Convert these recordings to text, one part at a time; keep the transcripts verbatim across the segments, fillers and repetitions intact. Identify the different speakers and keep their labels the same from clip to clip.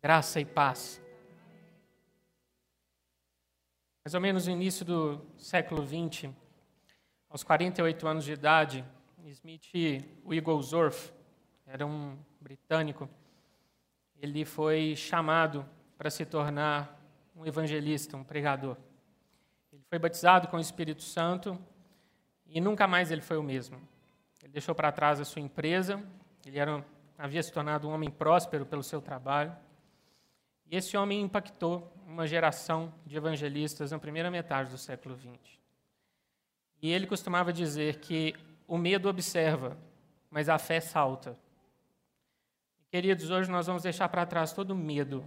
Speaker 1: Graça e paz. Mais ou menos no início do século vinte, aos quarenta e oito anos de idade, Smith Wigglesworth, era um britânico, ele foi chamado para se tornar um evangelista, um pregador. Ele foi batizado com o Espírito Santo e nunca mais ele foi o mesmo. Ele deixou para trás a sua empresa, ele era, havia se tornado um homem próspero pelo seu trabalho, e esse homem impactou uma geração de evangelistas na primeira metade do século vinte. E ele costumava dizer que o medo observa, mas a fé salta. Queridos, hoje nós vamos deixar para trás todo o medo,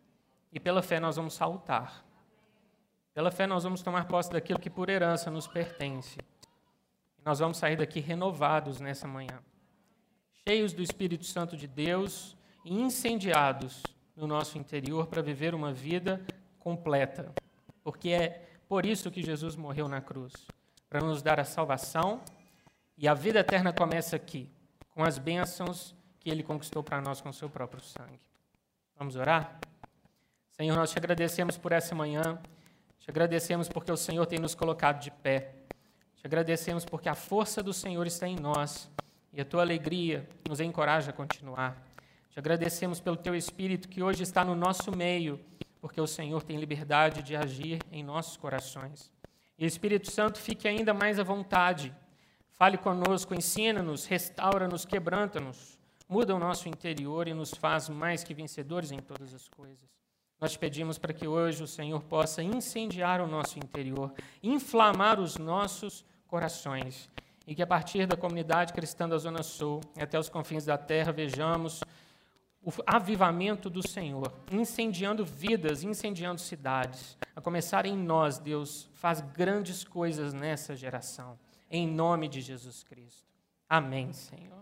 Speaker 1: e pela fé nós vamos saltar. Pela fé nós vamos tomar posse daquilo que por herança nos pertence. E nós vamos sair daqui renovados nessa manhã, cheios do Espírito Santo de Deus e incendiados no nosso interior para viver uma vida completa. Porque é por isso que Jesus morreu na cruz, para nos dar a salvação, e a vida eterna começa aqui, com as bênçãos que Ele conquistou para nós com o seu próprio sangue. Vamos orar? Senhor, nós te agradecemos por essa manhã, te agradecemos porque o Senhor tem nos colocado de pé, te agradecemos porque a força do Senhor está em nós, e a tua alegria nos encoraja a continuar. Te agradecemos pelo teu Espírito que hoje está no nosso meio, porque o Senhor tem liberdade de agir em nossos corações. E Espírito Santo, fique ainda mais à vontade. Fale conosco, ensina-nos, restaura-nos, quebranta-nos, muda o nosso interior e nos faz mais que vencedores em todas as coisas. Nós te pedimos para que hoje o Senhor possa incendiar o nosso interior, inflamar os nossos corações, e que a partir da comunidade cristã da Zona Sul, até os confins da terra, vejamos o avivamento do Senhor, incendiando vidas, incendiando cidades. A começar em nós, Deus, faz grandes coisas nessa geração. Em nome de Jesus Cristo. Amém, Senhor.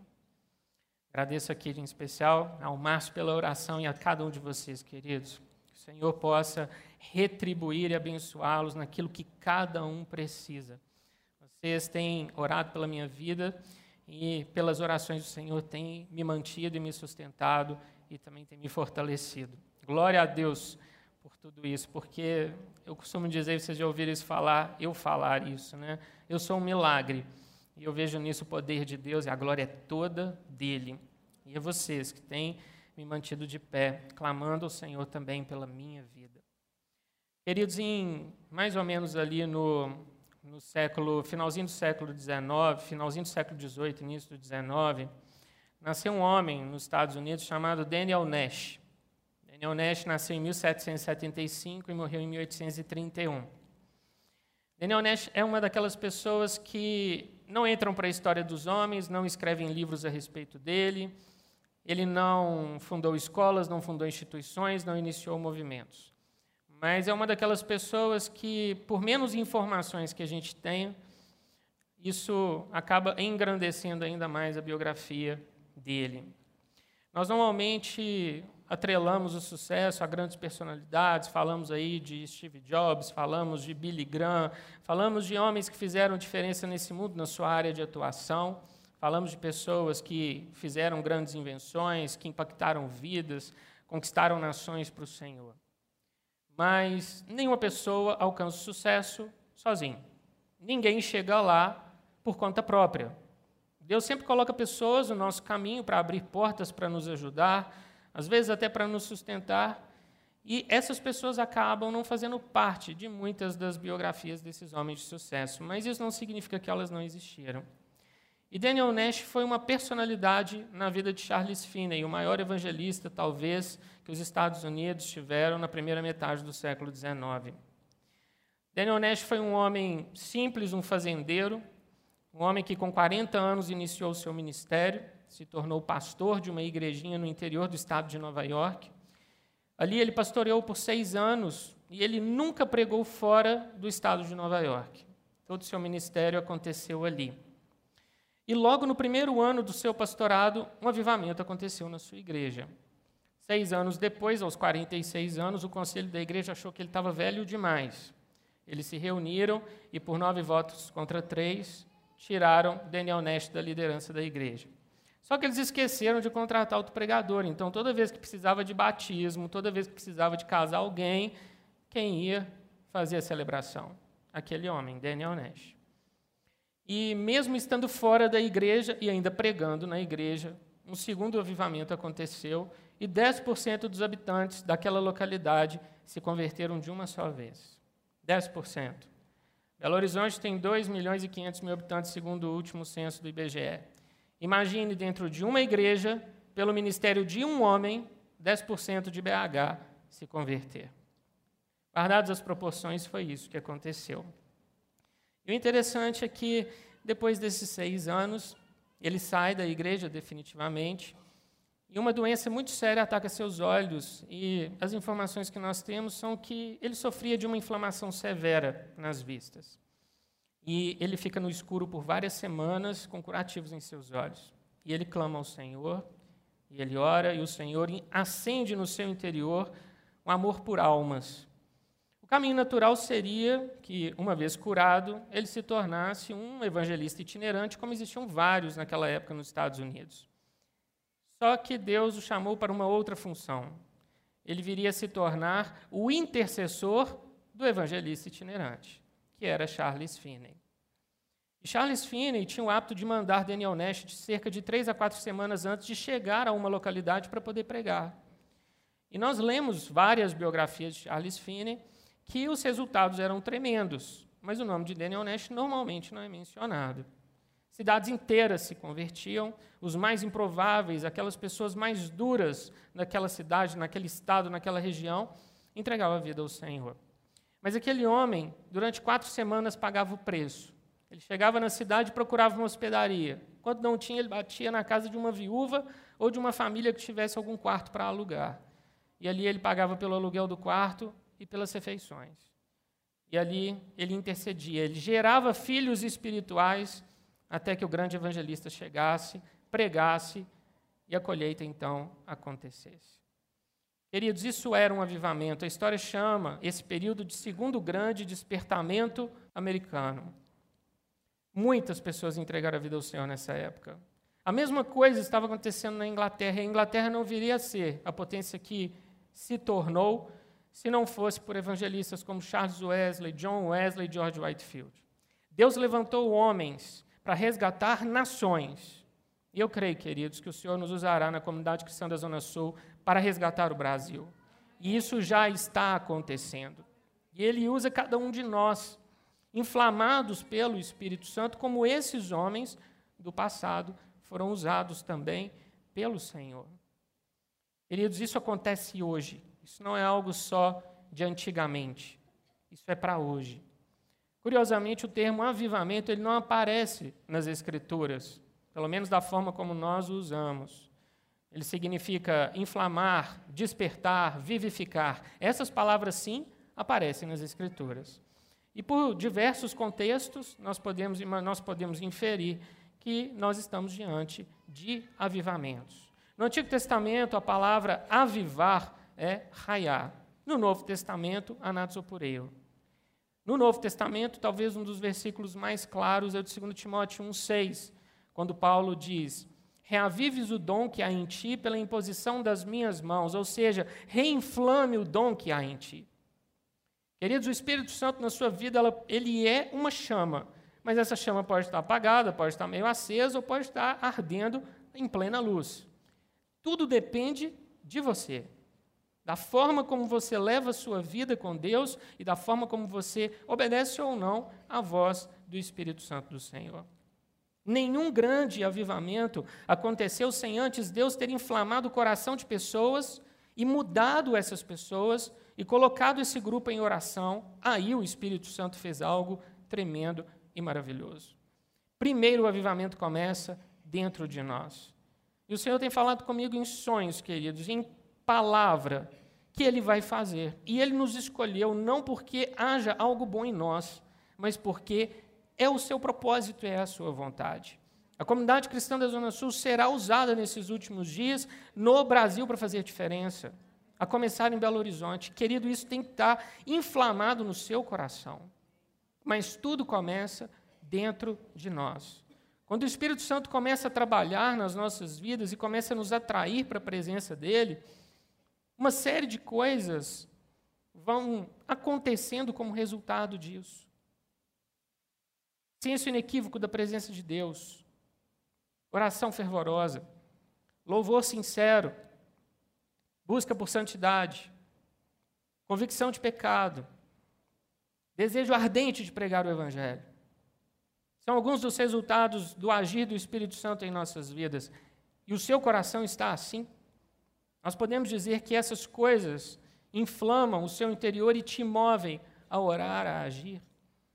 Speaker 1: Agradeço aqui em especial ao Márcio pela oração e a cada um de vocês, queridos. Que o Senhor possa retribuir e abençoá-los naquilo que cada um precisa. Vocês têm orado pela minha vida e pelas orações do Senhor têm me mantido e me sustentado e também tem me fortalecido. Glória a Deus por tudo isso, porque eu costumo dizer, vocês já ouviram isso falar, eu falar isso, né? Eu sou um milagre e eu vejo nisso o poder de Deus e a glória é toda dele. E é vocês que têm me mantido de pé, clamando ao Senhor também pela minha vida. Queridos, em mais ou menos ali no, no século, finalzinho do século dezenove, finalzinho do século dezoito, início do dezenove, nasceu um homem nos Estados Unidos chamado Daniel Nash. Daniel Nash nasceu em mil setecentos e setenta e cinco e morreu em mil oitocentos e trinta e um. Daniel Nash é uma daquelas pessoas que não entram para a história dos homens, não escrevem livros a respeito dele, ele não fundou escolas, não fundou instituições, não iniciou movimentos. Mas é uma daquelas pessoas que, por menos informações que a gente tem, isso acaba engrandecendo ainda mais a biografia dele. Nós normalmente atrelamos o sucesso a grandes personalidades, falamos aí de Steve Jobs, falamos de Billy Graham, falamos de homens que fizeram diferença nesse mundo na sua área de atuação, falamos de pessoas que fizeram grandes invenções, que impactaram vidas, conquistaram nações para o Senhor. Mas nenhuma pessoa alcança o sucesso sozinho. Ninguém chega lá por conta própria. Deus sempre coloca pessoas no nosso caminho para abrir portas para nos ajudar, às vezes até para nos sustentar, e essas pessoas acabam não fazendo parte de muitas das biografias desses homens de sucesso, mas isso não significa que elas não existiram. E Daniel Nash foi uma personalidade na vida de Charles Finney, o maior evangelista, talvez, que os Estados Unidos tiveram na primeira metade do século dezenove. Daniel Nash foi um homem simples, um fazendeiro, um homem que com quarenta anos iniciou o seu ministério, se tornou pastor de uma igrejinha no interior do estado de Nova York. Ali ele pastoreou por seis anos e ele nunca pregou fora do estado de Nova York. Todo o seu ministério aconteceu ali. E logo no primeiro ano do seu pastorado, um avivamento aconteceu na sua igreja. Seis anos depois, aos quarenta e seis anos, o conselho da igreja achou que ele estava velho demais. Eles se reuniram e, por nove votos contra três, tiraram Daniel Nash da liderança da igreja. Só que eles esqueceram de contratar outro pregador. Então, toda vez que precisava de batismo, toda vez que precisava de casar alguém, quem ia fazer a celebração? Aquele homem, Daniel Nash. E mesmo estando fora da igreja e ainda pregando na igreja, um segundo avivamento aconteceu e dez por cento dos habitantes daquela localidade se converteram de uma só vez. dez por cento. Belo Horizonte tem dois milhões e quinhentos mil habitantes, segundo o último censo do I B G E. Imagine, dentro de uma igreja, pelo ministério de um homem, dez por cento de B H se converter. Guardadas as proporções, foi isso que aconteceu. E o interessante é que, depois desses seis anos, ele sai da igreja definitivamente, e uma doença muito séria ataca seus olhos, e as informações que nós temos são que ele sofria de uma inflamação severa nas vistas. E ele fica no escuro por várias semanas, com curativos em seus olhos. E ele clama ao Senhor, e ele ora, e o Senhor acende no seu interior um amor por almas. O caminho natural seria que, uma vez curado, ele se tornasse um evangelista itinerante, como existiam vários naquela época nos Estados Unidos. Só que Deus o chamou para uma outra função. Ele viria a se tornar o intercessor do evangelista itinerante, que era Charles Finney. E Charles Finney tinha o hábito de mandar Daniel Nash de cerca de três a quatro semanas antes de chegar a uma localidade para poder pregar. E nós lemos várias biografias de Charles Finney que os resultados eram tremendos, mas o nome de Daniel Nash normalmente não é mencionado. Cidades inteiras se convertiam, os mais improváveis, aquelas pessoas mais duras naquela cidade, naquele estado, naquela região, entregavam a vida ao Senhor. Mas aquele homem, durante quatro semanas, pagava o preço. Ele chegava na cidade e procurava uma hospedaria. Quando não tinha, ele batia na casa de uma viúva ou de uma família que tivesse algum quarto para alugar. E ali ele pagava pelo aluguel do quarto e pelas refeições. E ali ele intercedia, ele gerava filhos espirituais até que o grande evangelista chegasse, pregasse e a colheita, então, acontecesse. Queridos, isso era um avivamento. A história chama esse período de segundo grande despertamento americano. Muitas pessoas entregaram a vida ao Senhor nessa época. A mesma coisa estava acontecendo na Inglaterra. A Inglaterra não viria a ser a potência que se tornou se não fosse por evangelistas como Charles Wesley, John Wesley e George Whitefield. Deus levantou homens para resgatar nações. E eu creio, queridos, que o Senhor nos usará na comunidade cristã da Zona Sul para resgatar o Brasil. E isso já está acontecendo. E Ele usa cada um de nós, inflamados pelo Espírito Santo, como esses homens do passado foram usados também pelo Senhor. Queridos, isso acontece hoje. Isso não é algo só de antigamente. Isso é para hoje. Curiosamente, o termo avivamento ele não aparece nas Escrituras, pelo menos da forma como nós o usamos. Ele significa inflamar, despertar, vivificar. Essas palavras, sim, aparecem nas Escrituras. E por diversos contextos, nós podemos, nós podemos inferir que nós estamos diante de avivamentos. No Antigo Testamento, a palavra avivar é raiar. No Novo Testamento, anatzopureio. No Novo Testamento, talvez um dos versículos mais claros é o de dois Timóteo um, seis, quando Paulo diz: reavives o dom que há em ti pela imposição das minhas mãos, ou seja, reinflame o dom que há em ti. Queridos, o Espírito Santo na sua vida, ela, ele é uma chama, mas essa chama pode estar apagada, pode estar meio acesa ou pode estar ardendo em plena luz. Tudo depende de você, da forma como você leva a sua vida com Deus e da forma como você obedece ou não à voz do Espírito Santo do Senhor. Nenhum grande avivamento aconteceu sem antes Deus ter inflamado o coração de pessoas e mudado essas pessoas e colocado esse grupo em oração. Aí o Espírito Santo fez algo tremendo e maravilhoso. Primeiro o avivamento começa dentro de nós. E o Senhor tem falado comigo em sonhos, queridos, em palavra, que Ele vai fazer. E Ele nos escolheu não porque haja algo bom em nós, mas porque é o seu propósito e é a sua vontade. A comunidade cristã da Zona Sul será usada nesses últimos dias no Brasil para fazer diferença, a começar em Belo Horizonte. Querido, isso tem que estar inflamado no seu coração. Mas tudo começa dentro de nós. Quando o Espírito Santo começa a trabalhar nas nossas vidas e começa a nos atrair para a presença dele, uma série de coisas vão acontecendo como resultado disso. Senso inequívoco da presença de Deus, oração fervorosa, louvor sincero, busca por santidade, convicção de pecado, desejo ardente de pregar o Evangelho. São alguns dos resultados do agir do Espírito Santo em nossas vidas. E o seu coração está assim? Nós podemos dizer que essas coisas inflamam o seu interior e te movem a orar, a agir.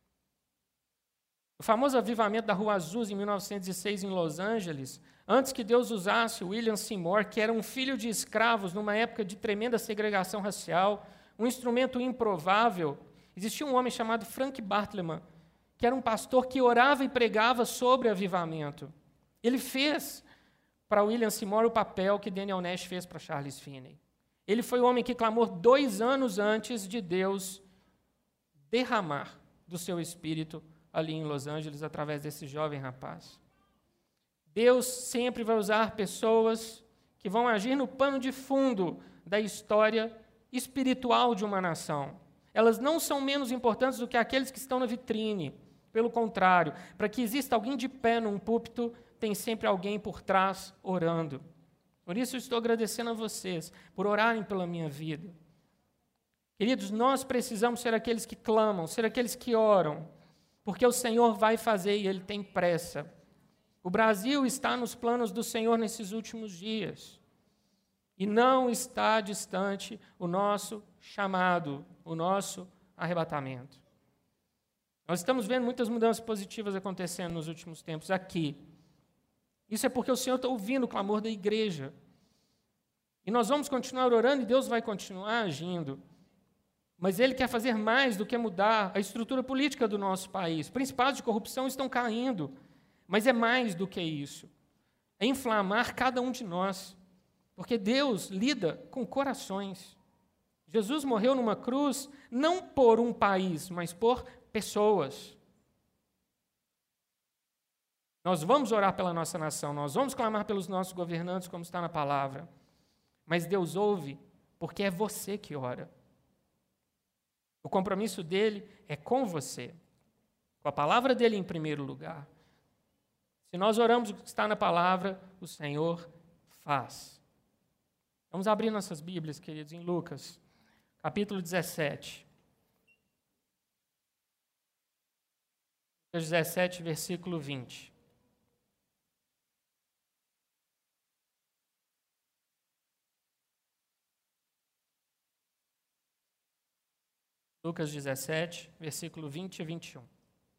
Speaker 1: O famoso avivamento da Rua Azusa, em mil novecentos e seis, em Los Angeles, antes que Deus usasse William Seymour, que era um filho de escravos numa época de tremenda segregação racial, um instrumento improvável, existia um homem chamado Frank Bartleman, que era um pastor que orava e pregava sobre avivamento. Ele fez para William Seymour o papel que Daniel Nash fez para Charles Finney. Ele foi o homem que clamou dois anos antes de Deus derramar do seu espírito ali em Los Angeles, através desse jovem rapaz. Deus sempre vai usar pessoas que vão agir no pano de fundo da história espiritual de uma nação. Elas não são menos importantes do que aqueles que estão na vitrine. Pelo contrário, para que exista alguém de pé num púlpito, tem sempre alguém por trás orando. Por isso eu estou agradecendo a vocês por orarem pela minha vida. Queridos, nós precisamos ser aqueles que clamam, ser aqueles que oram, porque o Senhor vai fazer e Ele tem pressa. O Brasil está nos planos do Senhor nesses últimos dias. E não está distante o nosso chamado, o nosso arrebatamento. Nós estamos vendo muitas mudanças positivas acontecendo nos últimos tempos aqui. Isso é porque o Senhor está ouvindo o clamor da igreja. E nós vamos continuar orando e Deus vai continuar agindo. Mas Ele quer fazer mais do que mudar a estrutura política do nosso país. Principados de corrupção estão caindo. Mas é mais do que isso. É inflamar cada um de nós. Porque Deus lida com corações. Jesus morreu numa cruz não por um país, mas por pessoas. Nós vamos orar pela nossa nação, nós vamos clamar pelos nossos governantes, como está na palavra. Mas Deus ouve porque é você que ora. O compromisso dele é com você, com a palavra dele em primeiro lugar. Se nós oramos o que está na palavra, o Senhor faz. Vamos abrir nossas Bíblias, queridos, em Lucas, capítulo dezessete. Lucas dezessete, versículo vinte. Lucas dezessete, versículo vinte e vinte e um.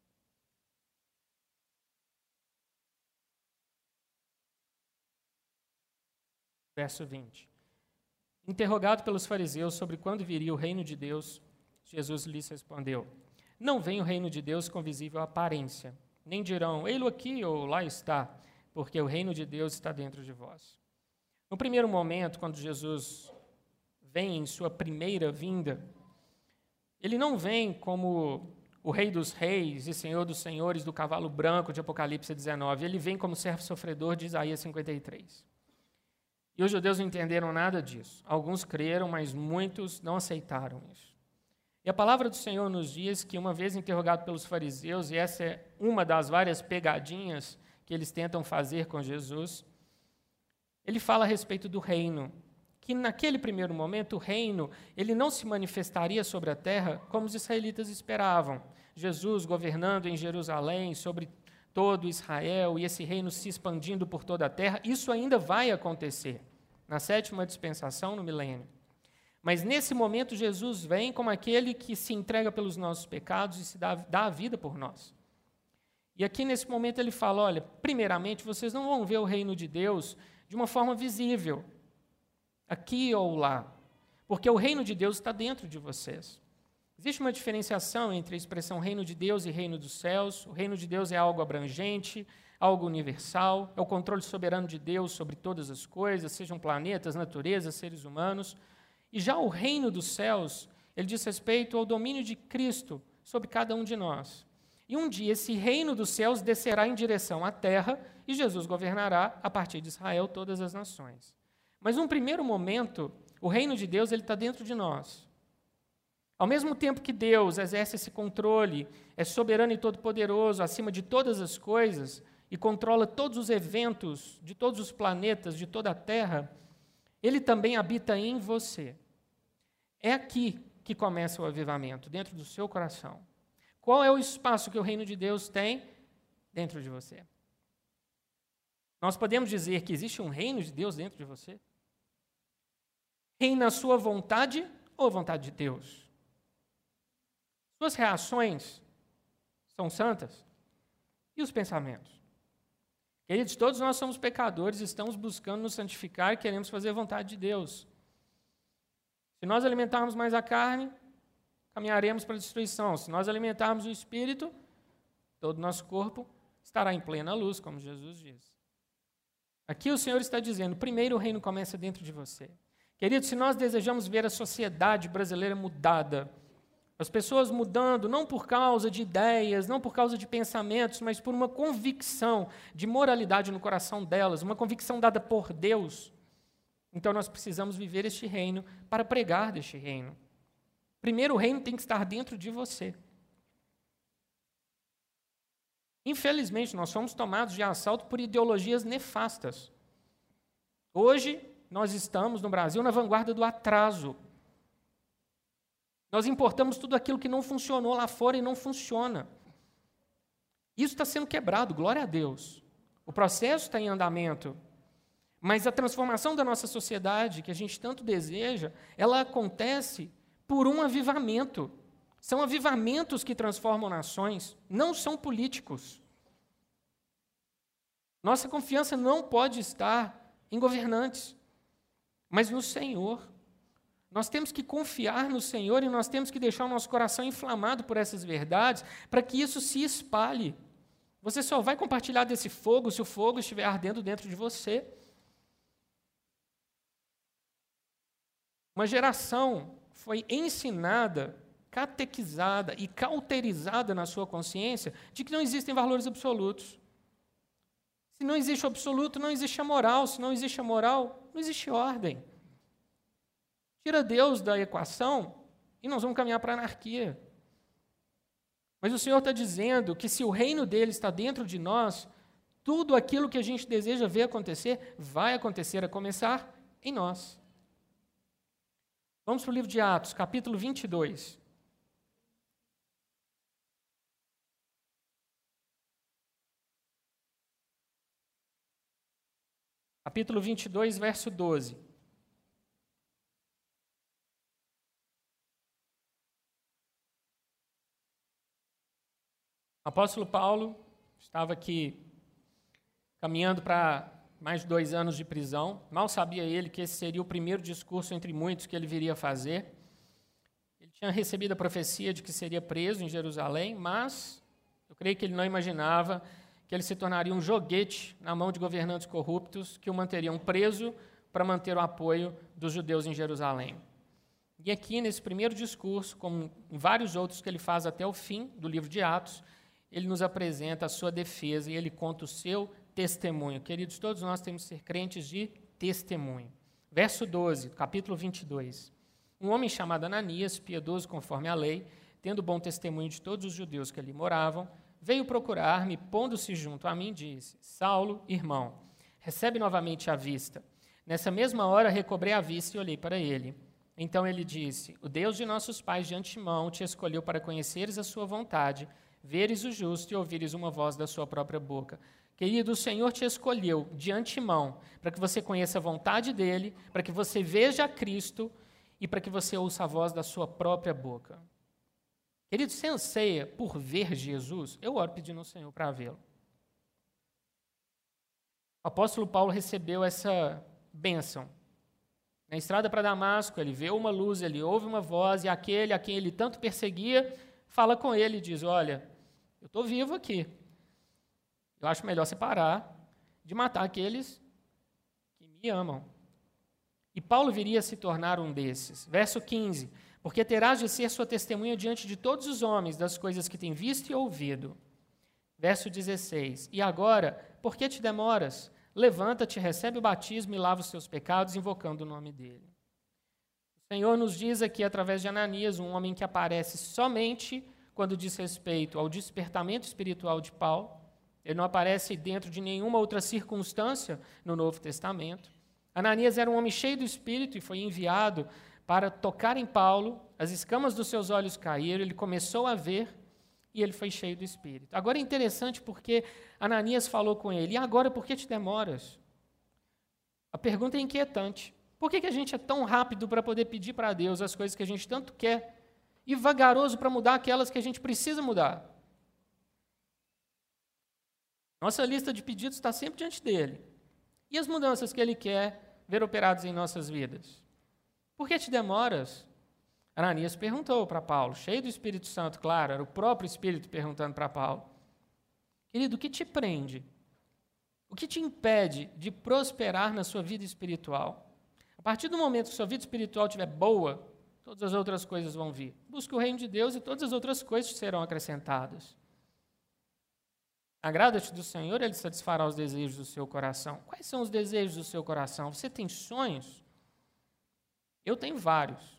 Speaker 1: Verso vinte. Interrogado pelos fariseus sobre quando viria o reino de Deus, Jesus lhes respondeu: não vem o reino de Deus com visível aparência, nem dirão, ei-lo aqui ou lá está, porque o reino de Deus está dentro de vós. No primeiro momento, quando Jesus vem em sua primeira vinda, ele não vem como o rei dos reis e senhor dos senhores do cavalo branco de Apocalipse dezenove, ele vem como servo sofredor de Isaías cinquenta e três. E os judeus não entenderam nada disso. Alguns creram, mas muitos não aceitaram isso. E a palavra do Senhor nos diz que, uma vez interrogado pelos fariseus, e essa é uma das várias pegadinhas que eles tentam fazer com Jesus, ele fala a respeito do reino, que naquele primeiro momento o reino ele não se manifestaria sobre a terra como os israelitas esperavam. Jesus governando em Jerusalém sobre todo Israel e esse reino se expandindo por toda a terra, isso ainda vai acontecer na sétima dispensação, no milênio. Mas nesse momento Jesus vem como aquele que se entrega pelos nossos pecados e se dá, dá a vida por nós. E aqui nesse momento ele fala, olha, primeiramente vocês não vão ver o reino de Deus de uma forma visível, aqui ou lá, porque o reino de Deus está dentro de vocês. Existe uma diferenciação entre a expressão reino de Deus e reino dos céus. O reino de Deus é algo abrangente, algo universal, é o controle soberano de Deus sobre todas as coisas, sejam planetas, naturezas, seres humanos. E já o reino dos céus, ele diz respeito ao domínio de Cristo sobre cada um de nós. E um dia esse reino dos céus descerá em direção à terra e Jesus governará a partir de Israel todas as nações. Mas num primeiro momento, o reino de Deus ele está dentro de nós. Ao mesmo tempo que Deus exerce esse controle, é soberano e todo-poderoso acima de todas as coisas e controla todos os eventos de todos os planetas, de toda a Terra, Ele também habita em você. É aqui que começa o avivamento, dentro do seu coração. Qual é o espaço que o reino de Deus tem? Dentro de você. Nós podemos dizer que existe um reino de Deus dentro de você? Reina a sua vontade ou a vontade de Deus? Suas reações são santas? E os pensamentos? Queridos, todos nós somos pecadores, estamos buscando nos santificar e queremos fazer a vontade de Deus. Se nós alimentarmos mais a carne, caminharemos para a destruição. Se nós alimentarmos o Espírito, todo o nosso corpo estará em plena luz, como Jesus diz. Aqui o Senhor está dizendo, primeiro o reino começa dentro de você. Queridos, se nós desejamos ver a sociedade brasileira mudada, as pessoas mudando não por causa de ideias, não por causa de pensamentos, mas por uma convicção de moralidade no coração delas, uma convicção dada por Deus. Então nós precisamos viver este reino para pregar deste reino. Primeiro, o reino tem que estar dentro de você. Infelizmente, nós somos tomados de assalto por ideologias nefastas. Hoje, nós estamos no Brasil na vanguarda do atraso. Nós importamos tudo aquilo que não funcionou lá fora e não funciona. Isso está sendo quebrado, glória a Deus. O processo está em andamento. Mas a transformação da nossa sociedade, que a gente tanto deseja, ela acontece por um avivamento. São avivamentos que transformam nações, não são políticos. Nossa confiança não pode estar em governantes, mas no Senhor. Nós temos que confiar no Senhor e nós temos que deixar o nosso coração inflamado por essas verdades para que isso se espalhe. Você só vai compartilhar desse fogo se o fogo estiver ardendo dentro de você. Uma geração foi ensinada, catequizada e cauterizada na sua consciência de que não existem valores absolutos. Se não existe o absoluto, não existe a moral. Se não existe a moral, não existe ordem. Tira Deus da equação e nós vamos caminhar para a anarquia. Mas o Senhor está dizendo que se o reino dele está dentro de nós, tudo aquilo que a gente deseja ver acontecer, vai acontecer, a começar em nós. Vamos para o livro de Atos, capítulo vinte e dois. Capítulo vinte e dois, verso doze. O apóstolo Paulo estava aqui caminhando para mais de dois anos de prisão. Mal sabia ele que esse seria o primeiro discurso entre muitos que ele viria a fazer. Ele tinha recebido a profecia de que seria preso em Jerusalém, mas eu creio que ele não imaginava que ele se tornaria um joguete na mão de governantes corruptos que o manteriam preso para manter o apoio dos judeus em Jerusalém. E aqui, nesse primeiro discurso, como em vários outros que ele faz até o fim do livro de Atos, ele nos apresenta a sua defesa e ele conta o seu testemunho. Queridos, todos nós temos que ser crentes de testemunho. Verso doze, capítulo vinte e dois. Um homem chamado Ananias, piedoso conforme a lei, tendo bom testemunho de todos os judeus que ali moravam, veio procurar-me, pondo-se junto a mim, disse: Saulo, irmão, recebe novamente a vista. Nessa mesma hora recobrei a vista e olhei para ele. Então ele disse: O Deus de nossos pais de antemão te escolheu para conheceres a sua vontade, veres o justo e ouvires uma voz da sua própria boca. Querido, o Senhor te escolheu de antemão para que você conheça a vontade dEle, para que você veja a Cristo e para que você ouça a voz da sua própria boca. Querido, você anseia por ver Jesus? Eu oro pedindo ao Senhor para vê-lo. O apóstolo Paulo recebeu essa bênção. Na estrada para Damasco, ele vê uma luz, ele ouve uma voz, e aquele a quem ele tanto perseguia fala com ele e diz: Olha, eu estou vivo aqui. Eu acho melhor você parar de matar aqueles que me amam. E Paulo viria a se tornar um desses. Verso quinze. porque terás de ser sua testemunha diante de todos os homens das coisas que tem visto e ouvido. Verso dezesseis. E agora, por que te demoras? Levanta-te, recebe o batismo e lava os teus pecados, invocando o nome dele. O Senhor nos diz aqui, através de Ananias, um homem que aparece somente quando diz respeito ao despertamento espiritual de Paulo. Ele não aparece dentro de nenhuma outra circunstância no Novo Testamento. Ananias era um homem cheio do Espírito e foi enviado para tocar em Paulo. As escamas dos seus olhos caíram, ele começou a ver e ele foi cheio do Espírito. Agora é interessante porque Ananias falou com ele, e agora por que te demoras? A pergunta é inquietante. Por que que a gente é tão rápido para poder pedir para Deus as coisas que a gente tanto quer e vagaroso para mudar aquelas que a gente precisa mudar? Nossa lista de pedidos está sempre diante dele. E as mudanças que ele quer ver operadas em nossas vidas? Por que te demoras? Ananias perguntou para Paulo, cheio do Espírito Santo, claro, era o próprio Espírito perguntando para Paulo. Querido, o que te prende? O que te impede de prosperar na sua vida espiritual? A partir do momento que sua vida espiritual estiver boa, todas as outras coisas vão vir. Busque o reino de Deus e todas as outras coisas serão acrescentadas. Agrada-te do Senhor, Ele satisfará os desejos do seu coração. Quais são os desejos do seu coração? Você tem sonhos? Eu tenho vários.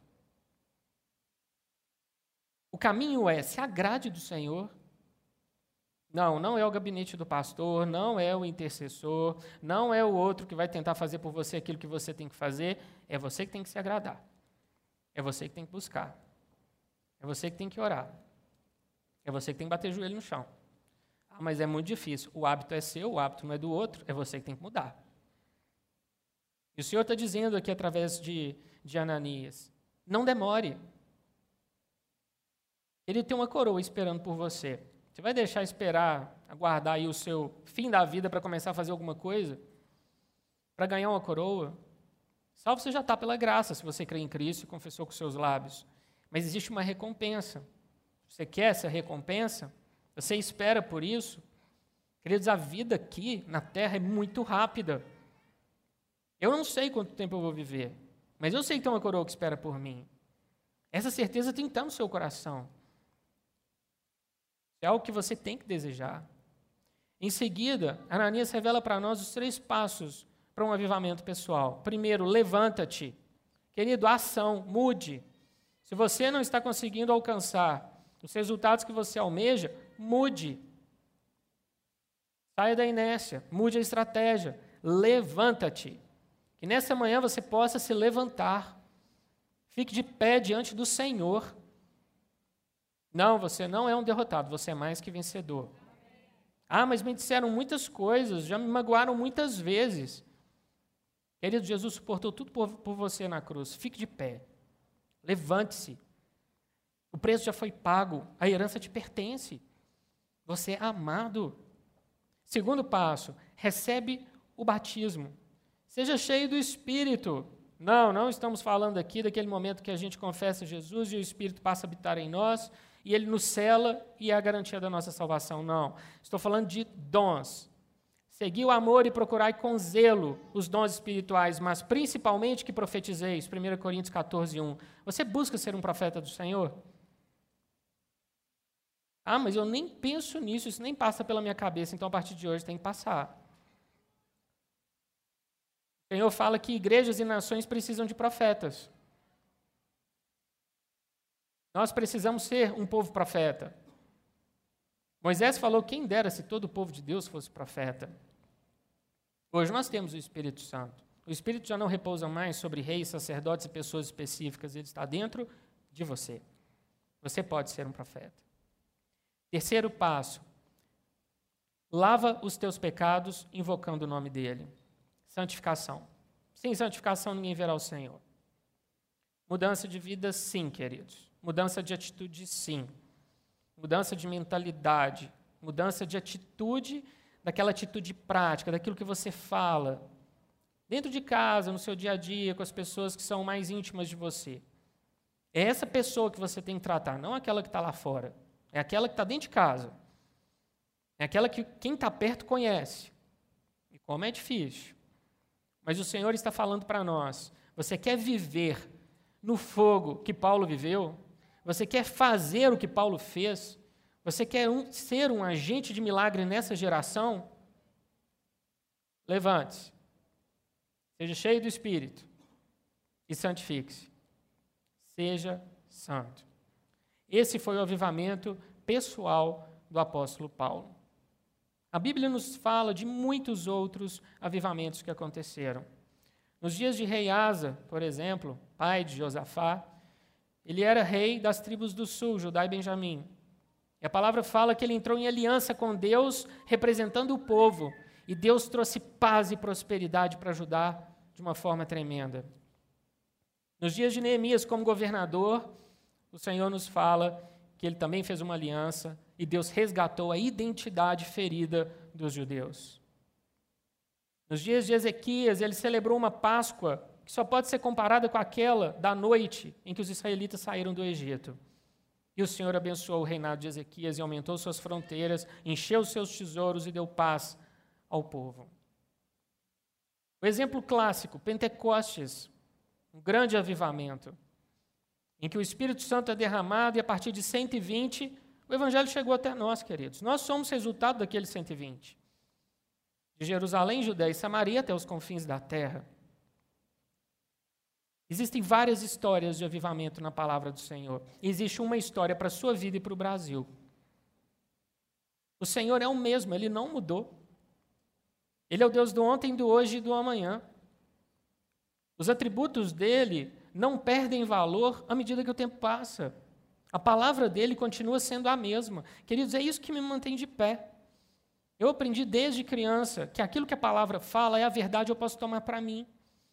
Speaker 1: O caminho é, se agrade do Senhor. Não, não é o gabinete do pastor, não é o intercessor, não é o outro que vai tentar fazer por você aquilo que você tem que fazer. É você que tem que se agradar. É você que tem que buscar. É você que tem que orar. É você que tem que bater o joelho no chão. Ah, mas é muito difícil. O hábito é seu, o hábito não é do outro. É você que tem que mudar. E o Senhor está dizendo aqui através de, de Ananias, não demore. Ele tem uma coroa esperando por você. Você vai deixar esperar, aguardar aí o seu fim da vida para começar a fazer alguma coisa? Para ganhar uma coroa? Salvo você já está pela graça, se você crê em Cristo e confessou com seus lábios. Mas existe uma recompensa. Você quer essa recompensa? Você espera por isso? Queridos, a vida aqui na Terra é muito rápida. Eu não sei quanto tempo eu vou viver, mas eu sei que tem uma coroa que espera por mim. Essa certeza tem que estar no seu coração. É algo que você tem que desejar. Em seguida, Ananias revela para nós os três passos para um avivamento pessoal. Primeiro, levanta-te. Querido, ação, mude. Se você não está conseguindo alcançar os resultados que você almeja, mude. Saia da inércia, mude a estratégia. Levanta-te. Que nessa manhã você possa se levantar. Fique de pé diante do Senhor. Não, você não é um derrotado, você é mais que vencedor. Ah, mas me disseram muitas coisas, já me magoaram muitas vezes. Querido, Jesus suportou tudo por, por você na cruz. Fique de pé. Levante-se. O preço já foi pago, a herança te pertence. Você é amado. Segundo passo, recebe o batismo. Seja cheio do Espírito. Não, não estamos falando aqui daquele momento que a gente confessa Jesus e o Espírito passa a habitar em nós e ele nos sela e é a garantia da nossa salvação. Não. Estou falando de dons. Segui o amor e procurai com zelo os dons espirituais, mas principalmente que profetizeis. primeira Coríntios catorze, um. Você busca ser um profeta do Senhor? Ah, mas eu nem penso nisso, isso nem passa pela minha cabeça, então a partir de hoje tem que passar. O Senhor fala que igrejas e nações precisam de profetas. Nós precisamos ser um povo profeta. Moisés falou, quem dera se todo o povo de Deus fosse profeta. Hoje nós temos o Espírito Santo. O Espírito já não repousa mais sobre reis, sacerdotes e pessoas específicas, ele está dentro de você. Você pode ser um profeta. Terceiro passo, lava os teus pecados invocando o nome dele. Santificação. Sem santificação ninguém verá o Senhor. Mudança de vida, sim, queridos. Mudança de atitude, sim. Mudança de mentalidade. Mudança de atitude, daquela atitude prática, daquilo que você fala. Dentro de casa, no seu dia a dia, com as pessoas que são mais íntimas de você. É essa pessoa que você tem que tratar, não aquela que está lá fora. É aquela que está dentro de casa. É aquela que quem está perto conhece. E como é difícil. Mas o Senhor está falando para nós, você quer viver no fogo que Paulo viveu? Você quer fazer o que Paulo fez? Você quer um, ser um agente de milagre nessa geração? Levante-se, seja cheio do Espírito e santifique-se. Seja santo. Esse foi o avivamento pessoal do apóstolo Paulo. A Bíblia nos fala de muitos outros avivamentos que aconteceram. Nos dias de rei Asa, por exemplo, pai de Josafá, ele era rei das tribos do sul, Judá e Benjamim. E a palavra fala que ele entrou em aliança com Deus, representando o povo, e Deus trouxe paz e prosperidade para Judá de uma forma tremenda. Nos dias de Neemias, como governador, o Senhor nos fala que ele também fez uma aliança e Deus resgatou a identidade ferida dos judeus. Nos dias de Ezequias, ele celebrou uma Páscoa que só pode ser comparada com aquela da noite em que os israelitas saíram do Egito. E o Senhor abençoou o reinado de Ezequias e aumentou suas fronteiras, encheu seus tesouros e deu paz ao povo. O exemplo clássico, Pentecostes, um grande avivamento, em que o Espírito Santo é derramado e a partir de cento e vinte, o Evangelho chegou até nós, queridos. Nós somos resultado daqueles cento e vinte. De Jerusalém, Judéia e Samaria até os confins da terra. Existem várias histórias de avivamento na palavra do Senhor. Existe uma história para a sua vida e para o Brasil. O Senhor é o mesmo, Ele não mudou. Ele é o Deus do ontem, do hoje e do amanhã. Os atributos dele não perdem valor à medida que o tempo passa. A palavra dele continua sendo a mesma. Queridos, é isso que me mantém de pé. Eu aprendi desde criança que aquilo que a palavra fala é a verdade, eu posso tomar para mim.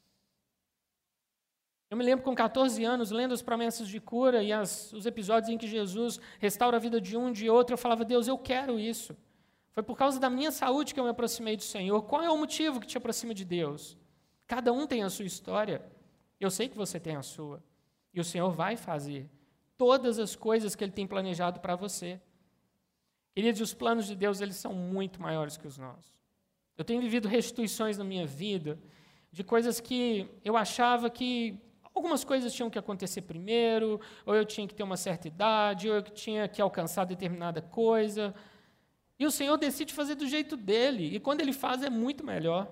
Speaker 1: Eu me lembro com catorze anos, lendo as promessas de cura e as, os episódios em que Jesus restaura a vida de um, de outro, eu falava, Deus, eu quero isso. Foi por causa da minha saúde que eu me aproximei do Senhor. Qual é o motivo que te aproxima de Deus? Cada um tem a sua história. Eu sei que você tem a sua. E o Senhor vai fazer todas as coisas que Ele tem planejado para você. Queridos, os planos de Deus, eles são muito maiores que os nossos. Eu tenho vivido restituições na minha vida de coisas que eu achava que algumas coisas tinham que acontecer primeiro, ou eu tinha que ter uma certa idade, ou eu tinha que alcançar determinada coisa. E o Senhor decide fazer do jeito dele, e quando Ele faz é muito melhor.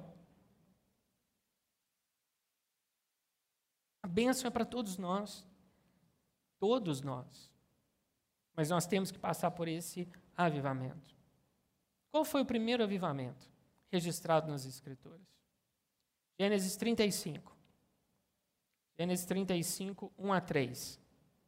Speaker 1: A bênção é para todos nós. Todos nós. Mas nós temos que passar por esse avivamento. Qual foi o primeiro avivamento registrado nas Escrituras? Gênesis trinta e cinco. Gênesis trinta e cinco, um a três.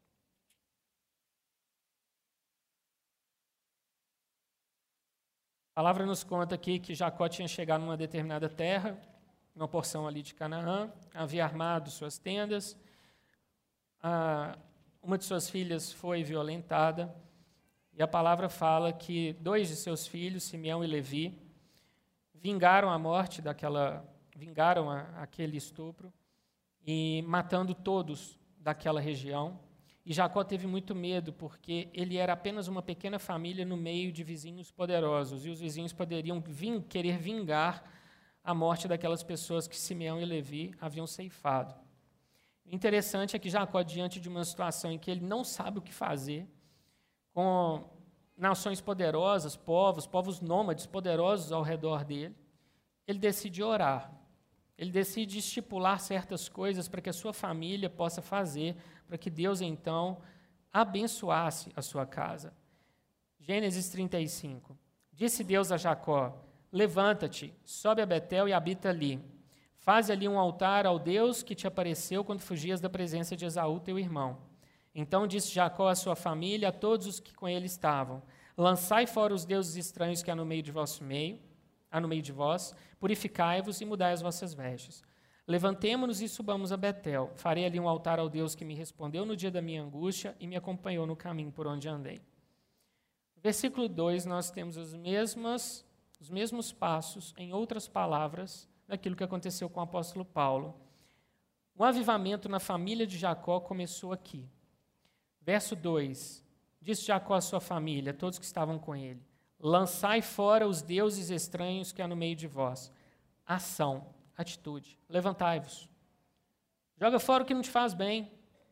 Speaker 1: A palavra nos conta aqui que Jacó tinha chegado numa determinada terra, uma porção ali de Canaã, havia armado suas tendas, a, uma de suas filhas foi violentada, e a palavra fala que dois de seus filhos, Simeão e Levi, vingaram a morte daquela, vingaram a, aquele estupro, e matando todos daquela região. E Jacó teve muito medo, porque ele era apenas uma pequena família no meio de vizinhos poderosos, e os vizinhos poderiam vim, querer vingar a morte daquelas pessoas que Simeão e Levi haviam ceifado. O interessante é que Jacó, diante de uma situação em que ele não sabe o que fazer, com nações poderosas, povos, povos nômades poderosos ao redor dele, ele decide orar. Ele decide estipular certas coisas para que a sua família possa fazer, para que Deus, então, abençoasse a sua casa. Gênesis trinta e cinco. Disse Deus a Jacó, levanta-te, sobe a Betel e habita ali. Faze ali um altar ao Deus que te apareceu quando fugias da presença de Esaú, teu irmão. Então disse Jacó à sua família, a todos os que com ele estavam, lançai fora os deuses estranhos que há no meio de vosso meio, há no meio de vós, purificai-vos e mudai as vossas vestes. Levantemo-nos e subamos a Betel. Farei ali um altar ao Deus que me respondeu no dia da minha angústia e me acompanhou no caminho por onde andei. No versículo dois, nós temos as mesmas, os mesmos passos, em outras palavras, daquilo que aconteceu com o apóstolo Paulo. O avivamento na família de Jacó começou aqui. Verso dois, disse Jacó à sua família, todos que estavam com ele, lançai fora os deuses estranhos que há no meio de vós. Ação, atitude, levantai-vos. Joga fora o que não te faz bem.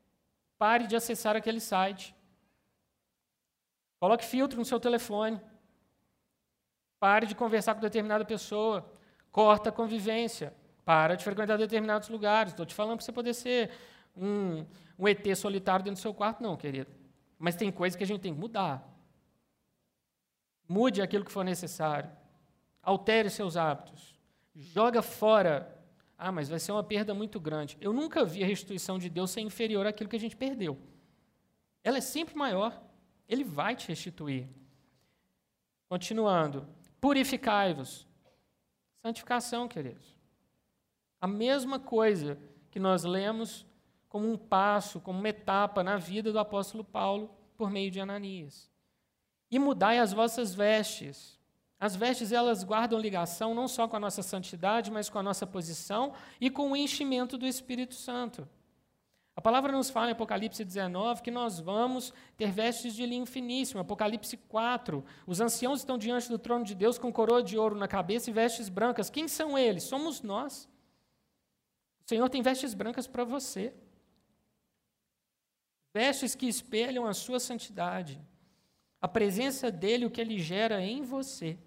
Speaker 1: Pare de acessar aquele site. Coloque filtro no seu telefone. Pare de conversar com determinada pessoa. Corta a convivência. Para de frequentar determinados lugares. Estou te falando para você poder ser um, um E T solitário dentro do seu quarto, não, querido. Mas tem coisas que a gente tem que mudar. Mude aquilo que for necessário. Altere seus hábitos. Joga fora. Ah, mas vai ser uma perda muito grande. Eu nunca vi a restituição de Deus ser inferior àquilo que a gente perdeu. Ela é sempre maior. Ele vai te restituir. Continuando. Purificai-vos. Santificação, queridos. A mesma coisa que nós lemos como um passo, como uma etapa na vida do apóstolo Paulo por meio de Ananias. E mudai as vossas vestes. As vestes, elas guardam ligação não só com a nossa santidade, mas com a nossa posição e com o enchimento do Espírito Santo. A palavra nos fala em Apocalipse dezenove que nós vamos ter vestes de linho finíssimo. Apocalipse quatro, os anciãos estão diante do trono de Deus com coroa de ouro na cabeça e vestes brancas. Quem são eles? Somos nós. O Senhor tem vestes brancas para você. Vestes que espelham a sua santidade. A presença dele, o que ele gera em você.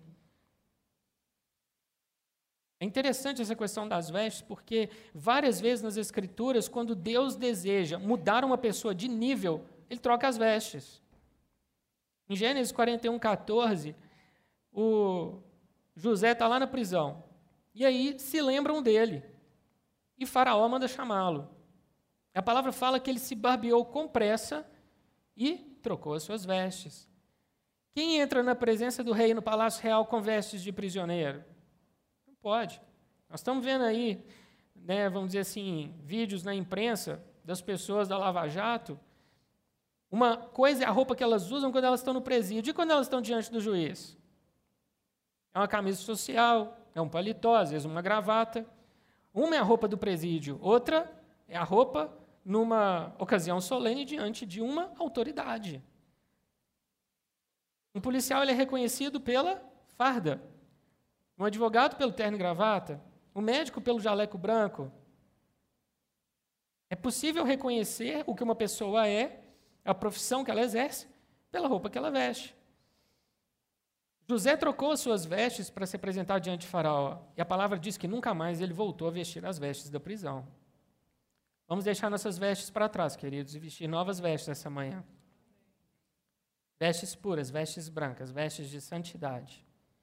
Speaker 1: É interessante essa questão das vestes, porque várias vezes nas Escrituras, quando Deus deseja mudar uma pessoa de nível, ele troca as vestes. Em Gênesis quarenta e um, quatorze, o José está lá na prisão. E aí se lembram dele. E Faraó manda chamá-lo. A palavra fala que ele se barbeou com pressa e trocou as suas vestes. Quem entra na presença do rei no palácio real com vestes de prisioneiro? Não pode. Nós estamos vendo aí, né, vamos dizer assim, vídeos na imprensa das pessoas da Lava Jato. Uma coisa é a roupa que elas usam quando elas estão no presídio e quando elas estão diante do juiz. É uma camisa social, é um paletó, às vezes uma gravata. Uma é a roupa do presídio, outra é a roupa numa ocasião solene diante de uma autoridade. Um policial ele é reconhecido pela farda, um advogado pelo terno e gravata, um médico pelo jaleco branco. É possível reconhecer o que uma pessoa é, a profissão que ela exerce, pela roupa que ela veste. José trocou as suas vestes para se apresentar diante de Faraó, e a palavra diz que nunca mais ele voltou a vestir as vestes da prisão. Vamos deixar nossas vestes para trás, queridos, e vestir novas vestes essa manhã. Vestes puras, vestes brancas, vestes de santidade.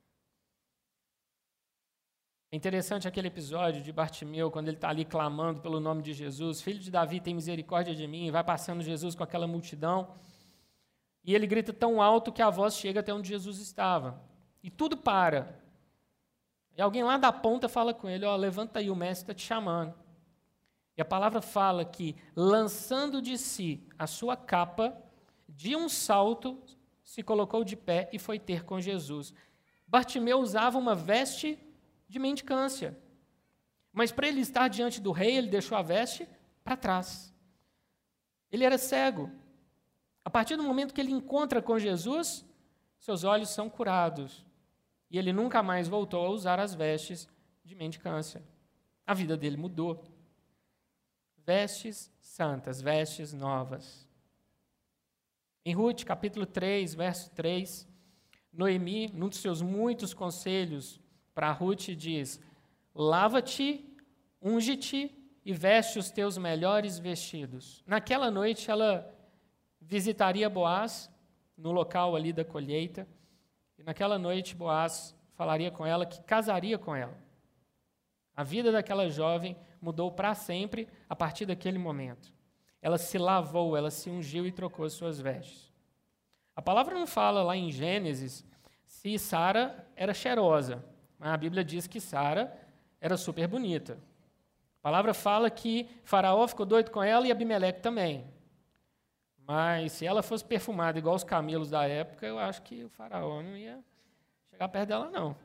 Speaker 1: É interessante aquele episódio de Bartimeu, quando ele está ali clamando pelo nome de Jesus, filho de Davi, tem misericórdia de mim, e vai passando Jesus com aquela multidão, e ele grita tão alto que a voz chega até onde Jesus estava. E tudo para. E alguém lá da ponta fala com ele, ó, levanta aí, o mestre está te chamando. E a palavra fala que, lançando de si a sua capa, de um salto, se colocou de pé e foi ter com Jesus. Bartimeu usava uma veste de mendicância. Mas para ele estar diante do rei, ele deixou a veste para trás. Ele era cego. A partir do momento que ele encontra com Jesus, seus olhos são curados. E ele nunca mais voltou a usar as vestes de mendicância. A vida dele mudou. Vestes santas, vestes novas. Em Ruth, capítulo três, verso três, Noemi, num dos seus muitos conselhos para Ruth, diz: lava-te, unge-te e veste os teus melhores vestidos. Naquela noite, ela visitaria Boaz, no local ali da colheita, e naquela noite Boaz falaria com ela que casaria com ela. A vida daquela jovem mudou para sempre a partir daquele momento. Ela se lavou, ela se ungiu e trocou as suas vestes. A palavra não fala lá em Gênesis se Sara era cheirosa, mas a Bíblia diz que Sara era super bonita. A palavra fala que Faraó ficou doido com ela e Abimeleque também. Mas se ela fosse perfumada igual os camelos da época, eu acho que o Faraó não ia chegar perto dela, não.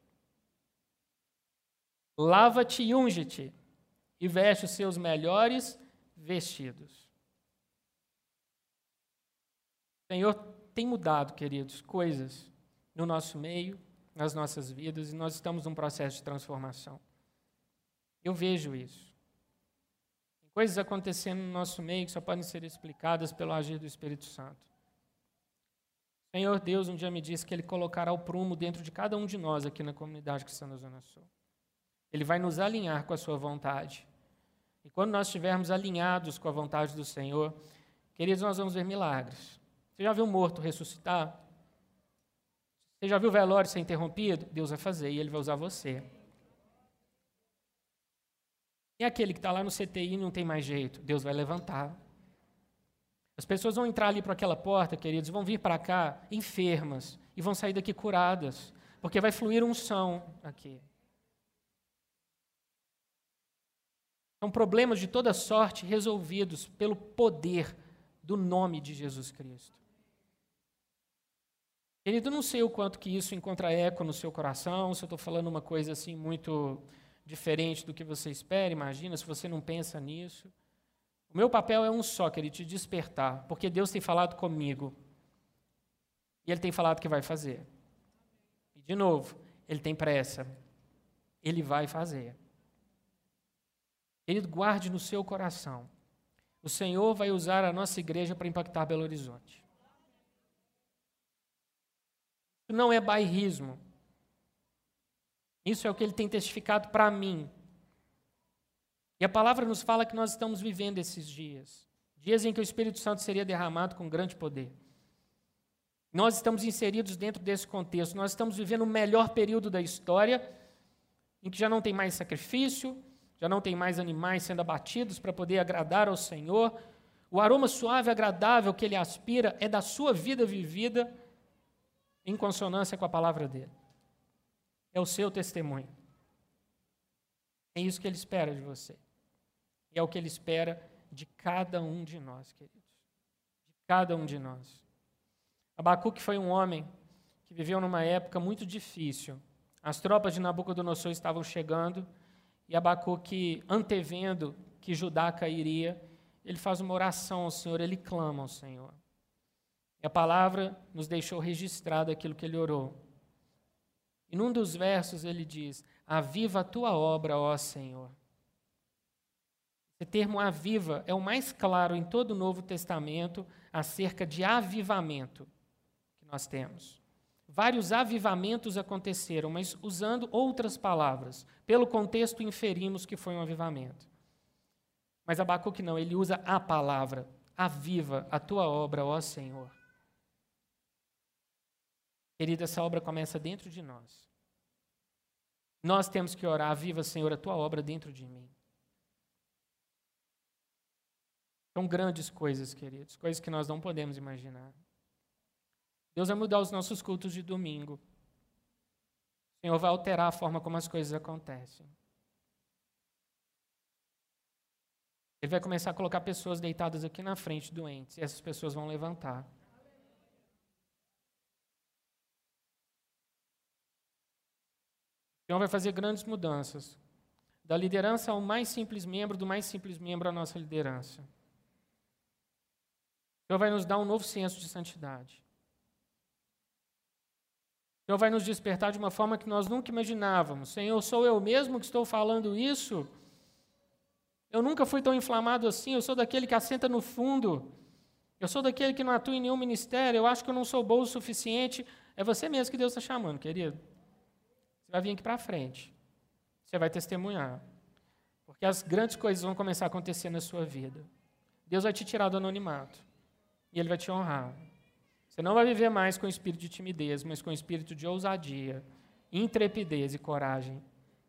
Speaker 1: Lava-te e unge-te, e veste os seus melhores vestidos. O Senhor tem mudado, queridos, coisas no nosso meio, nas nossas vidas, e nós estamos num processo de transformação. Eu vejo isso. Tem Coisas acontecendo no nosso meio que só podem ser explicadas pelo agir do Espírito Santo. O Senhor Deus um dia me disse que Ele colocará o prumo dentro de cada um de nós aqui na comunidade cristã da Zona Sul. Ele vai nos alinhar com a sua vontade. E quando nós estivermos alinhados com a vontade do Senhor, queridos, nós vamos ver milagres. Você já viu um morto ressuscitar? Você já viu o velório ser interrompido? Deus vai fazer e Ele vai usar você. E aquele que está lá no C T I e não tem mais jeito? Deus vai levantar. As pessoas vão entrar ali por aquela porta, queridos, vão vir para cá enfermas e vão sair daqui curadas, porque vai fluir unção aqui. São problemas de toda sorte resolvidos pelo poder do nome de Jesus Cristo. Querido, não sei o quanto que isso encontra eco no seu coração, se eu estou falando uma coisa assim muito diferente do que você espera, imagina, se você não pensa nisso. O meu papel é um só, querido, te despertar, porque Deus tem falado comigo. E Ele tem falado que vai fazer. E, de novo, Ele tem pressa. Ele vai fazer. Querido, guarde no seu coração. O Senhor vai usar a nossa igreja para impactar Belo Horizonte. Isso não é bairrismo. Isso é o que Ele tem testificado para mim. E a palavra nos fala que nós estamos vivendo esses dias. Dias em que o Espírito Santo seria derramado com grande poder. Nós estamos inseridos dentro desse contexto. Nós estamos vivendo o melhor período da história, em que já não tem mais sacrifício, já não tem mais animais sendo abatidos para poder agradar ao Senhor. O aroma suave e agradável que Ele aspira é da sua vida vivida em consonância com a palavra dEle. É o seu testemunho. É isso que Ele espera de você. E é o que Ele espera de cada um de nós, queridos. De cada um de nós. Abacuque foi um homem que viveu numa época muito difícil. As tropas de Nabucodonosor estavam chegando e Abacuque, antevendo que Judá cairia, ele faz uma oração ao Senhor, ele clama ao Senhor. E a palavra nos deixou registrado aquilo que ele orou. E num dos versos ele diz: aviva a tua obra, ó Senhor. Esse termo aviva é o mais claro em todo o Novo Testamento acerca de avivamento que nós temos. Vários avivamentos aconteceram, mas usando outras palavras. Pelo contexto, inferimos que foi um avivamento. Mas Abacuque não, ele usa a palavra. Aviva a tua obra, ó Senhor. Querida, essa obra começa dentro de nós. Nós temos que orar: aviva, Senhor, a tua obra dentro de mim. São grandes coisas, queridos, coisas que nós não podemos imaginar. Deus vai mudar os nossos cultos de domingo. O Senhor vai alterar a forma como as coisas acontecem. Ele vai começar a colocar pessoas deitadas aqui na frente, doentes, e essas pessoas vão levantar. O Senhor vai fazer grandes mudanças. Da liderança ao mais simples membro, do mais simples membro à nossa liderança. O Senhor vai nos dar um novo senso de santidade. O Senhor vai nos despertar de uma forma que nós nunca imaginávamos. Senhor, sou eu mesmo que estou falando isso? Eu nunca fui tão inflamado assim, eu sou daquele que assenta no fundo. Eu sou daquele que não atua em nenhum ministério, eu acho que eu não sou bom o suficiente. É você mesmo que Deus está chamando, querido. Você vai vir aqui para frente. Você vai testemunhar. Porque as grandes coisas vão começar a acontecer na sua vida. Deus vai te tirar do anonimato. E Ele vai te honrar. Você não vai viver mais com espírito de timidez, mas com espírito de ousadia, intrepidez e coragem.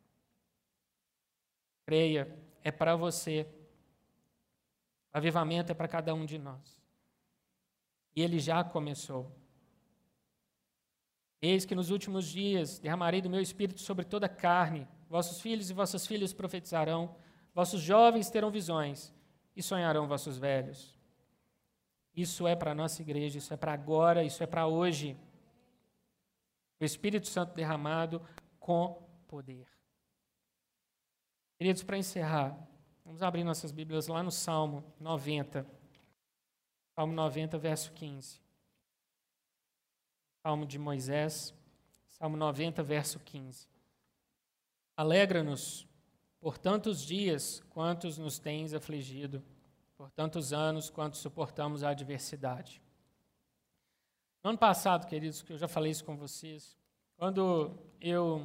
Speaker 1: Creia, é para você. O avivamento é para cada um de nós. E ele já começou. Eis que nos últimos dias derramarei do meu espírito sobre toda a carne. Vossos filhos e vossas filhas profetizarão, vossos jovens terão visões e sonharão vossos velhos. Isso é para a nossa igreja, isso é para agora, isso é para hoje. O Espírito Santo derramado com poder. Queridos, para encerrar, vamos abrir nossas Bíblias lá no Salmo noventa. Salmo noventa, verso quinze. Salmo de Moisés, Salmo noventa, verso quinze. Alegra-nos por tantos dias quantos nos tens afligido, por tantos anos quanto suportamos a adversidade. No ano passado, queridos, que eu já falei isso com vocês, quando eu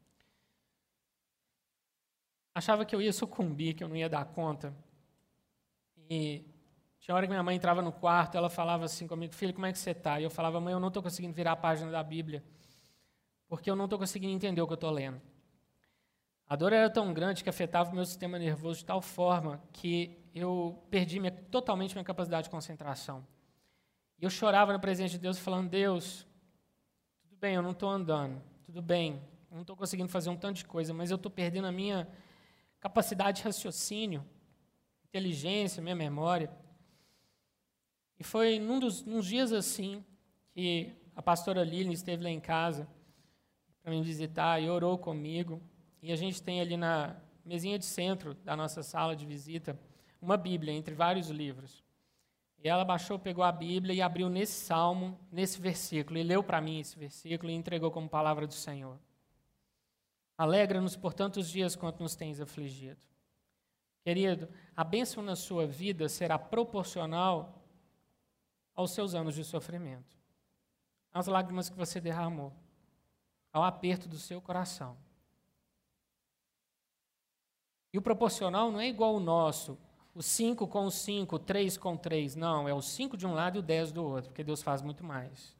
Speaker 1: achava que eu ia sucumbir, que eu não ia dar conta, e tinha hora que minha mãe entrava no quarto, ela falava assim comigo, filho, como é que você está? E eu falava, mãe, eu não estou conseguindo virar a página da Bíblia, porque eu não estou conseguindo entender o que eu estou lendo. A dor era tão grande que afetava o meu sistema nervoso de tal forma que eu perdi minha, totalmente minha capacidade de concentração. E eu chorava na presença de Deus, falando, Deus, tudo bem, eu não estou andando, tudo bem, eu não estou conseguindo fazer um tanto de coisa, mas eu estou perdendo a minha capacidade de raciocínio, inteligência, minha memória. E foi num dos num dias assim que a pastora Lilian esteve lá em casa para me visitar e orou comigo. E a gente tem ali na mesinha de centro da nossa sala de visita uma Bíblia entre vários livros. E ela baixou, pegou a Bíblia e abriu nesse salmo, nesse versículo, e leu para mim esse versículo e entregou como palavra do Senhor. Alegra-nos por tantos dias quanto nos tens afligido. Querido, a bênção na sua vida será proporcional aos seus anos de sofrimento, às lágrimas que você derramou, ao aperto do seu coração. E o proporcional não é igual ao nosso, o cinco com o cinco, o três com o três. Não, é o cinco de um lado e o dez do outro, porque Deus faz muito mais.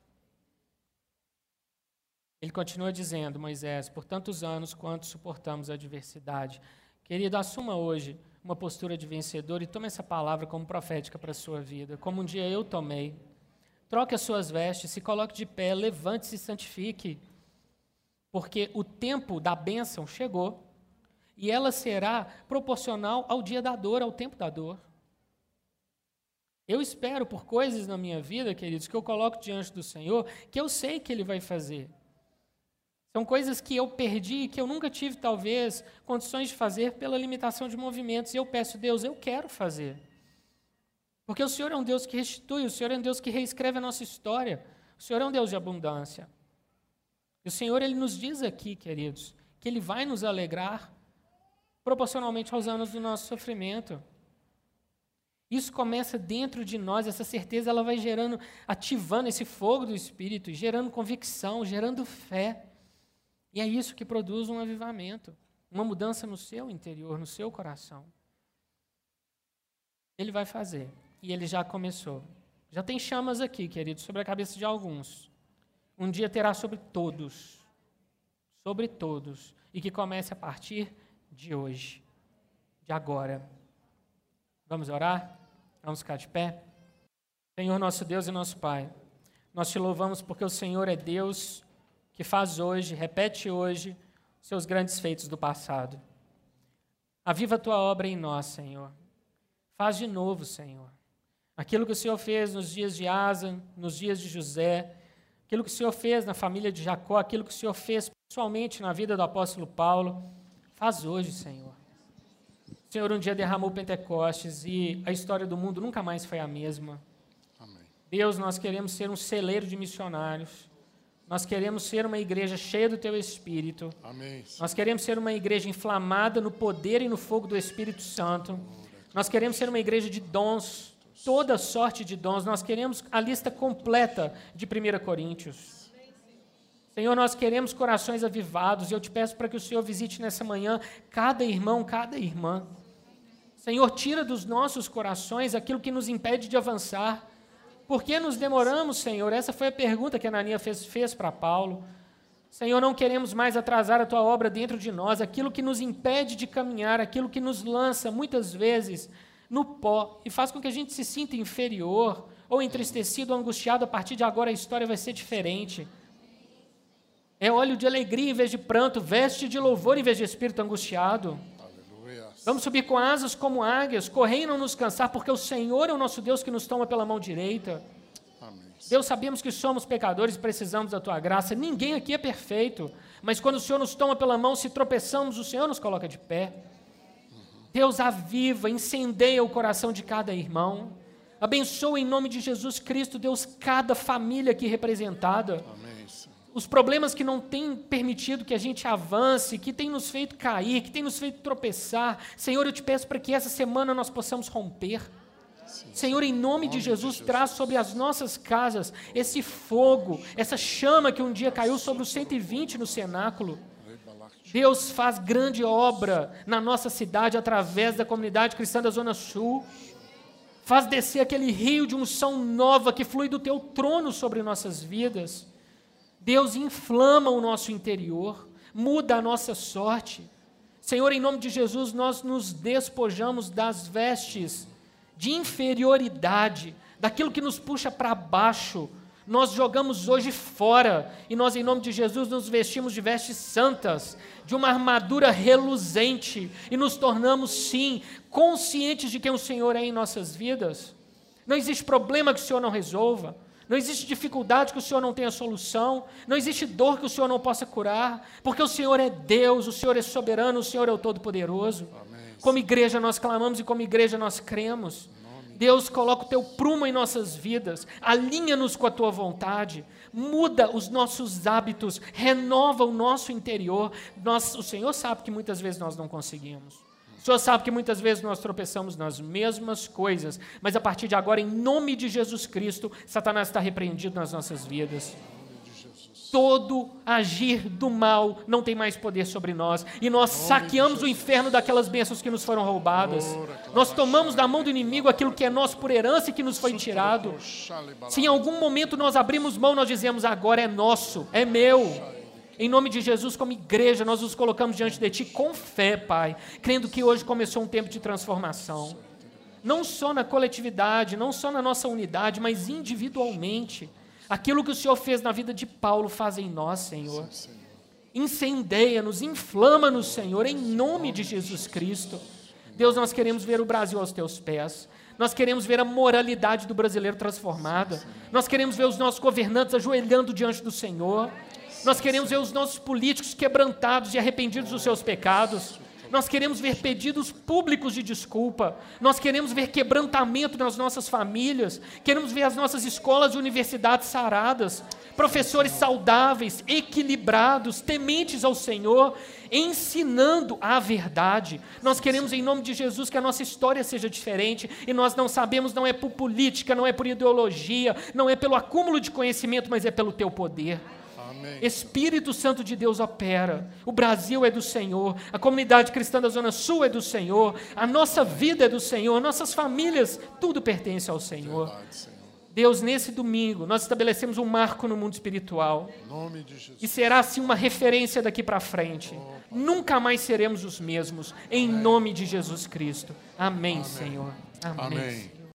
Speaker 1: Ele continua dizendo, Moisés, por tantos anos quanto suportamos a adversidade. Querido, assuma hoje uma postura de vencedor e tome essa palavra como profética para a sua vida, como um dia eu tomei. Troque as suas vestes, se coloque de pé, levante-se e santifique, porque o tempo da bênção chegou. E ela será proporcional ao dia da dor, ao tempo da dor. Eu espero por coisas na minha vida, queridos, que eu coloco diante do Senhor, que eu sei que Ele vai fazer. São coisas que eu perdi, que eu nunca tive, talvez, condições de fazer pela limitação de movimentos. E eu peço, Deus, eu quero fazer. Porque o Senhor é um Deus que restitui, o Senhor é um Deus que reescreve a nossa história. O Senhor é um Deus de abundância. E o Senhor, Ele nos diz aqui, queridos, que Ele vai nos alegrar proporcionalmente aos anos do nosso sofrimento. Isso começa dentro de nós, essa certeza ela vai gerando, ativando esse fogo do Espírito, gerando convicção, gerando fé. E é isso que produz um avivamento, uma mudança no seu interior, no seu coração. Ele vai fazer, e ele já começou. Já tem chamas aqui, queridos, sobre a cabeça de alguns. Um dia terá sobre todos, sobre todos, e que comece a partir de hoje, de agora. Vamos orar? Vamos ficar de pé? Senhor, nosso Deus e nosso Pai, nós te louvamos porque o Senhor é Deus que faz hoje, repete hoje, seus grandes feitos do passado. Aviva a tua obra em nós, Senhor. Faz de novo, Senhor. Aquilo que o Senhor fez nos dias de Asa, nos dias de José, aquilo que o Senhor fez na família de Jacó, aquilo que o Senhor fez pessoalmente na vida do apóstolo Paulo, faz hoje, Senhor. O Senhor um dia derramou Pentecostes e a história do mundo nunca mais foi a mesma. Amém. Deus, nós queremos ser um celeiro de missionários. Nós queremos ser uma igreja cheia do Teu Espírito. Amém. Nós queremos ser uma igreja inflamada no poder e no fogo do Espírito Santo. Nós queremos ser uma igreja de dons, toda sorte de dons. Nós queremos a lista completa de primeira Coríntios. Senhor, nós queremos corações avivados e eu te peço para que o Senhor visite nessa manhã cada irmão, cada irmã. Senhor, tira dos nossos corações aquilo que nos impede de avançar. Por que nos demoramos, Senhor? Essa foi a pergunta que Ananias fez, fez para Paulo. Senhor, não queremos mais atrasar a Tua obra dentro de nós, aquilo que nos impede de caminhar, aquilo que nos lança, muitas vezes, no pó e faz com que a gente se sinta inferior ou entristecido ou angustiado. A partir de agora a história vai ser diferente. É óleo de alegria em vez de pranto, veste de louvor em vez de espírito angustiado. Aleluia. Vamos subir com asas como águias, correr e não nos cansar, porque o Senhor é o nosso Deus que nos toma pela mão direita. Amém. Deus, sabemos que somos pecadores e precisamos da Tua graça. Ninguém aqui é perfeito, mas quando o Senhor nos toma pela mão, se tropeçamos, o Senhor nos coloca de pé. Uhum. Deus, aviva, incendeia o coração de cada irmão. Abençoa em nome de Jesus Cristo, Deus, cada família aqui representada. Amém. os problemas que não têm permitido que a gente avance, que têm nos feito cair, que têm nos feito tropeçar. Senhor, eu te peço para que essa semana nós possamos romper. Sim, Senhor, em nome, nome de, Jesus, de Jesus, traz sobre as nossas casas esse fogo, essa chama que um dia caiu sobre os cento e vinte no cenáculo. Deus faz grande obra na nossa cidade através da comunidade cristã da Zona Sul. Faz descer aquele rio de unção nova que flui do teu trono sobre nossas vidas. Deus inflama o nosso interior, muda a nossa sorte. Senhor, em nome de Jesus, nós nos despojamos das vestes de inferioridade, daquilo que nos puxa para baixo. Nós jogamos hoje fora e nós, em nome de Jesus, nos vestimos de vestes santas, de uma armadura reluzente e nos tornamos, sim, conscientes de quem o Senhor é em nossas vidas. Não existe problema que o Senhor não resolva. Não existe dificuldade que o Senhor não tenha solução, não existe dor que o Senhor não possa curar, porque o Senhor é Deus, o Senhor é soberano, o Senhor é o Todo-Poderoso. Como igreja nós clamamos e como igreja nós cremos. Deus, coloca o teu prumo em nossas vidas, alinha-nos com a tua vontade, muda os nossos hábitos, renova o nosso interior. Nós, o Senhor sabe que muitas vezes nós não conseguimos. O Senhor sabe que muitas vezes nós tropeçamos nas mesmas coisas, mas a partir de agora, em nome de Jesus Cristo, Satanás está repreendido nas nossas vidas. Todo agir do mal não tem mais poder sobre nós, e nós saqueamos o inferno daquelas bênçãos que nos foram roubadas. Nós tomamos da mão do inimigo aquilo que é nosso por herança e que nos foi tirado. Se em algum momento nós abrimos mão, nós dizemos, agora é nosso, é meu. Em nome de Jesus, como igreja, nós nos colocamos diante de Ti com fé, Pai, crendo que hoje começou um tempo de transformação. Não só na coletividade, não só na nossa unidade, mas individualmente. Aquilo que o Senhor fez na vida de Paulo, faz em nós, Senhor. Incendeia-nos, inflama-nos, Senhor, em nome de Jesus Cristo. Deus, nós queremos ver o Brasil aos Teus pés. Nós queremos ver a moralidade do brasileiro transformada. Nós queremos ver os nossos governantes ajoelhando diante do Senhor. Nós queremos ver os nossos políticos quebrantados e arrependidos dos seus pecados. Nós queremos ver pedidos públicos de desculpa. Nós queremos ver quebrantamento nas nossas famílias. Queremos ver as nossas escolas e universidades saradas. Professores saudáveis, equilibrados, tementes ao Senhor, ensinando a verdade. Nós queremos, em nome de Jesus, que a nossa história seja diferente. E nós não sabemos, não é por política, não é por ideologia, não é pelo acúmulo de conhecimento, mas é pelo Teu poder. Espírito Santo de Deus opera. O Brasil é do Senhor, a comunidade cristã da Zona Sul é do Senhor, a nossa vida é do Senhor, nossas famílias, tudo pertence ao Senhor. Verdade, Senhor. Deus, nesse domingo, nós estabelecemos um marco no mundo espiritual. Em nome de Jesus. E será assim uma referência daqui para frente. Oh, Nunca mais seremos os mesmos, em Amém. Nome de Jesus Cristo. Amém, Amém. Senhor. Amém. Amém.